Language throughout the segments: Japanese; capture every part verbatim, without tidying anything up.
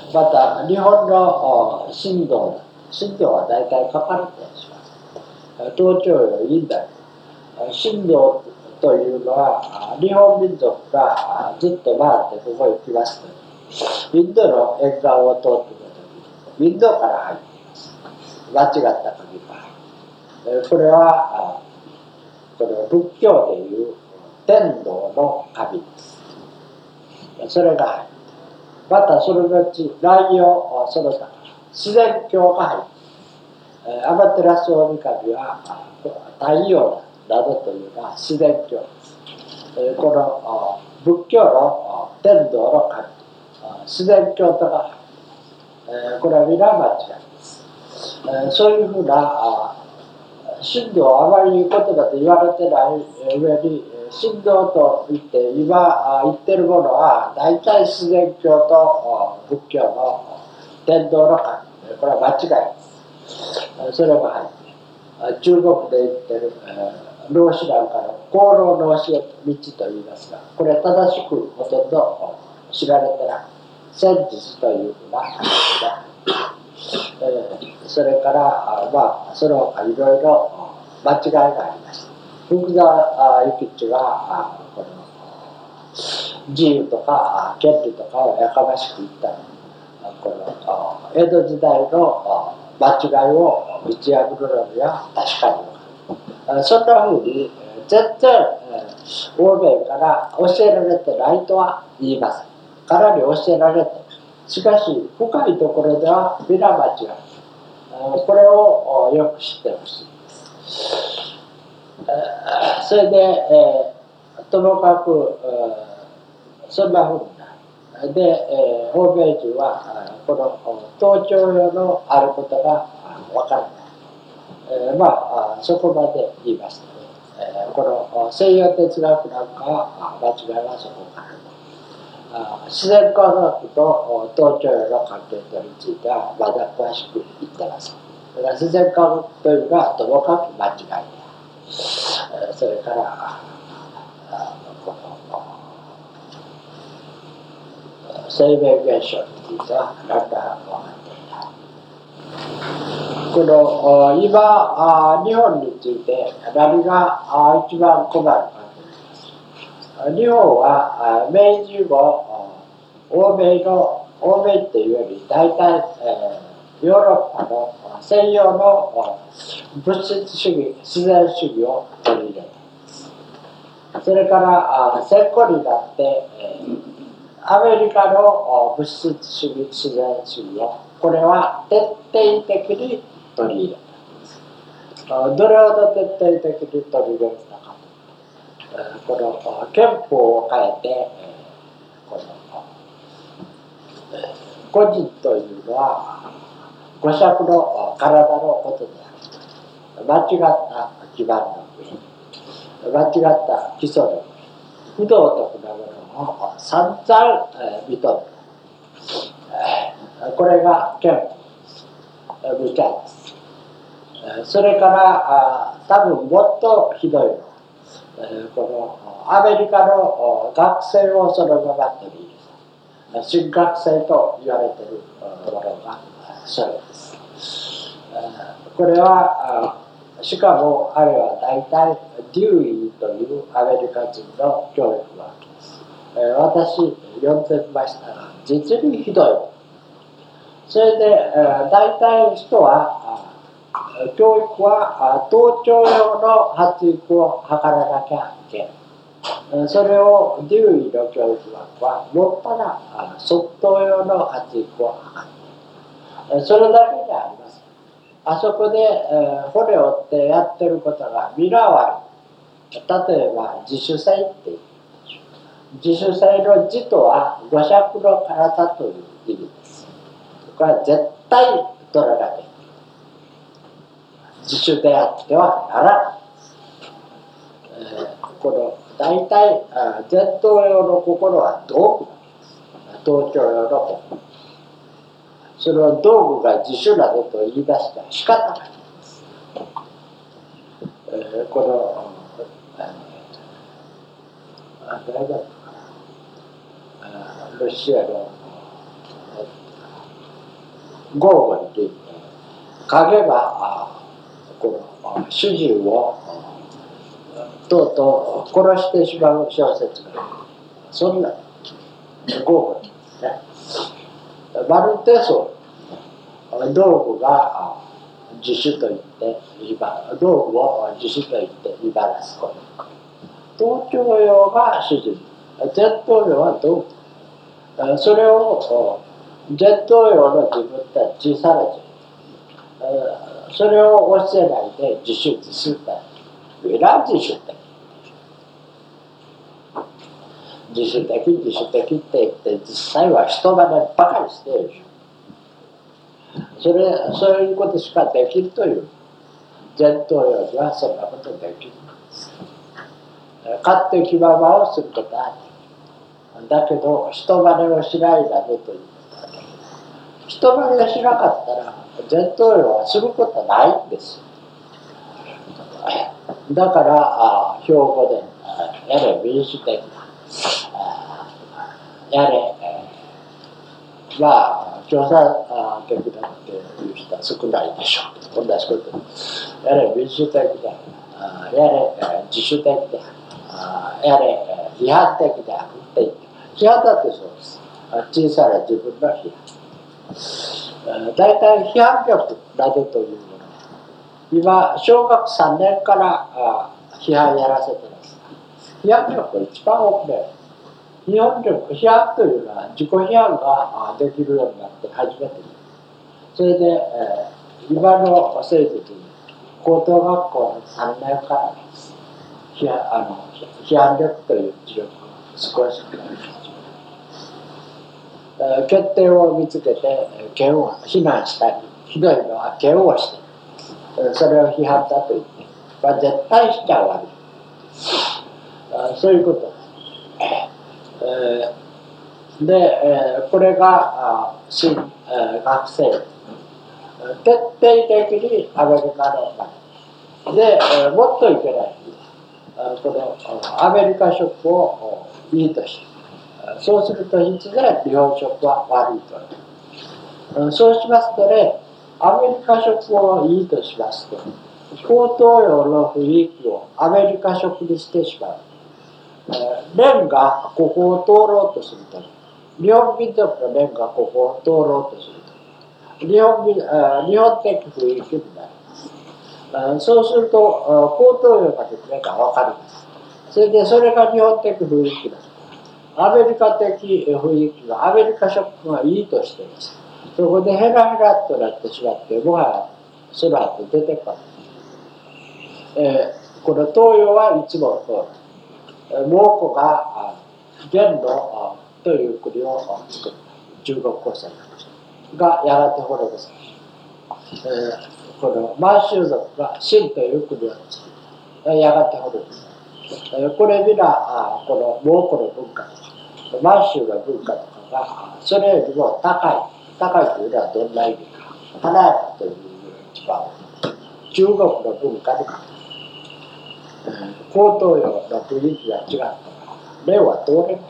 また日本の神道神道は大体書かれてします。東朝よりインド神道というのは日本民族がずっと回ってここへ来ますとインドの沿岸を通っていた時にインドから入っています。間違った鍵からこれはこの仏教でいう天道の神です。それが入ってまたその後内容その他自然教が入ってアマテラスオオミカミは太陽などというのは自然教です。この仏教の天道の神自然教とかこれは皆間違いです。そういうふうな神道はあまり言葉で言われてない上に神道といって今言ってるものは大体自然教と仏教の天道の神これは間違いです。それが入って中国で言ってる老子なんかの功労老子道と言いますがこれ正しくほとんど知られてない戦術というふうな話で、えー、それからまあその他いろいろ間違いがありました。福沢諭吉がこの自由とか権利とかをやかましく言ったこの江戸時代の間違いを打ち破るのには確かにそんなふうに全然欧米から教えられてないとは言いません。かなり教えられてしかし深いところでは皆間違いこれをよく知ってほしい。それで、えー、ともかく、えー、そんなふうになで、えー、欧米人はこの東朝用のあることが分からない、えー、まあそこまで言いましたね、えー、この西洋哲学なんかは間違いはそこから自然科学と東朝用の関係とについてはまだ詳しく言ってません。だから自然科学というのはともかく間違いでそれからこの生命現象については何だ分かっていない。この今日本について何が一番困るかといいます。日本は明治後欧米の欧米っていうより大体、えー、ヨーロッパの西洋の物質主義自然主義を取り入れた。それから戦後になって、えー、アメリカの物質主義自然主義をこれは徹底的に取り入れた。どれほど徹底的に取り入れたかとこの憲法を変えてこの個人というのは五尺の体のことである。間違った基盤の上、間違った基礎の上、不道徳なものを散々認める。これが憲法みたいです。それから多分もっとひどいのはこのアメリカの学生をそのまま取り入れた新学生と言われているものがそれです。これはしかもあれは大体デューイというアメリカ人の教育なわけです。私読んでみましたが実にひどい。それで大体の人は教育は同調用の発育を図らなきゃいけない。それをデューイの教育学はもっぱら即答用の発育を図ってそれだけではありません。あそこで、えー、骨を折ってやってることが皆悪い。例えば自主性っていう自主性の自とは五尺の体という意味です。これは絶対取らなきゃいけない。自主であってはならない。えー、この大体前頭葉の心は道具なんです。頭頂葉の心。それは道具が自主などと言い出したら仕方ないんです。えー、このあ誰だったかなロシアの豪語に影がこの主人をとうとう殺してしまう小説がそんな豪語ですね。まるでそう道具が自主といって道具を自主といって威張らすこと、頭頂用が主人、前頭葉は道具、それを前頭葉の自分って小さな自分、それを教えないで自主自主って何自主って自主的自主的って言って実際は人真似ばかりしているでしょ。それそういうことしかできるという前頭葉にはそんなことできるんです。勝手気ままをすることはある。だけど人真似をしないだねという人真似をしなかったら前頭葉はすることはないんですよ。だから標語でやれ民主的やれまあ共産的だっていう人は少ないでしょう。同じことやれ民主的だやれ自主的だやれ批判的だって言って批判だってそうです。小さな自分の批判大体批判力などというもの今小学さんねんから批判やらせてます。批判力が一番多くね日本で批判というのは自己批判ができるようになって初めてです。それで、えー、今の生徒に高等学校のさんねんからです批判、あの批判力という知力が少しずつ始めます。欠点を見つけて嫌悪非難したりひどいのは嫌悪してそれを批判だと言って、まあ、絶対しちゃ悪いそういうことです。えー、で、えー、これが新、えー、学生徹底的にアメリカの場で、えー、もっといけないこのアメリカ色をいいとしてそうすると必然日本色は悪いとなる。そうしますとねアメリカ色をいいとしますと高等葉の雰囲気をアメリカ色にしてしまう。蓮がここを通ろうとすると日本民族の蓮がここを通ろうとすると日本民日本的雰囲気になります。そうすると高等葉がですねが分かります。それでそれが日本的雰囲気です。アメリカ的雰囲気がアメリカ色がいいとしています。そこでヘラヘラとなってしまってもはやその後出てこない、えー、この東洋はいつもそう蒙古が元のという国を作る中国古戦がやがて滅ぼされ、えー、この満州族が清という国を作るやがて滅ぼされ、えー、これ皆この蒙古の文化とか満州の文化とかがそれよりも高い高いというのはどんな意味か華やかという一番中国の文化にかけ高等葉の雰囲気が違ったら目は通れない。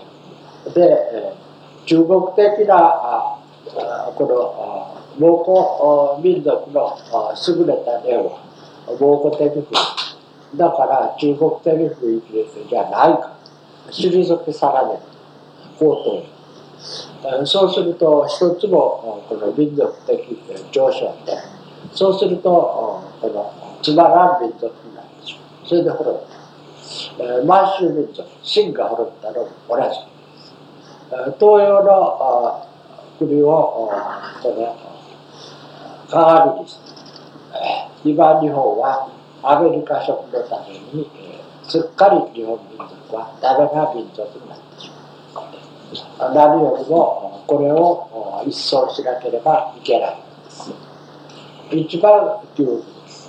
で、えー、中国的なああこの蒙古民族の優れた例は蒙古的雰囲気だから中国的雰囲気じゃないか退け去られる高等葉。そうすると一つもこの民族的上昇でそうするとこのつまらん民族になるでしょう。それで滅ぶ。満州民族清が滅びたのも同じです。東洋の国をこの鏡にして今日本はアメリカ色のためにすっかり日本民族はダメな民族になってしまう。何よりもこれを一掃しなければいけないのです。一番急務です。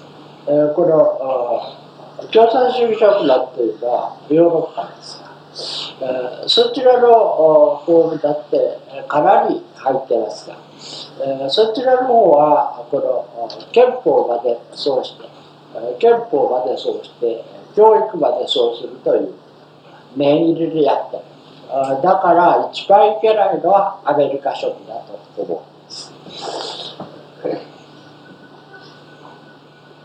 この共産主義者国というのはヨーロッパですが、そちらの方だってかなり入ってますが、そちらの方はこの憲法までそうして憲法までそうして教育までそうするという念入りでやってる。だから一番いけないのはアメリカ色だと思うんです。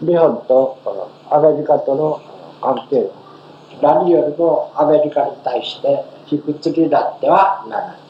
日本とアメリカとの関係は何よりもアメリカに対して卑屈になってはならない。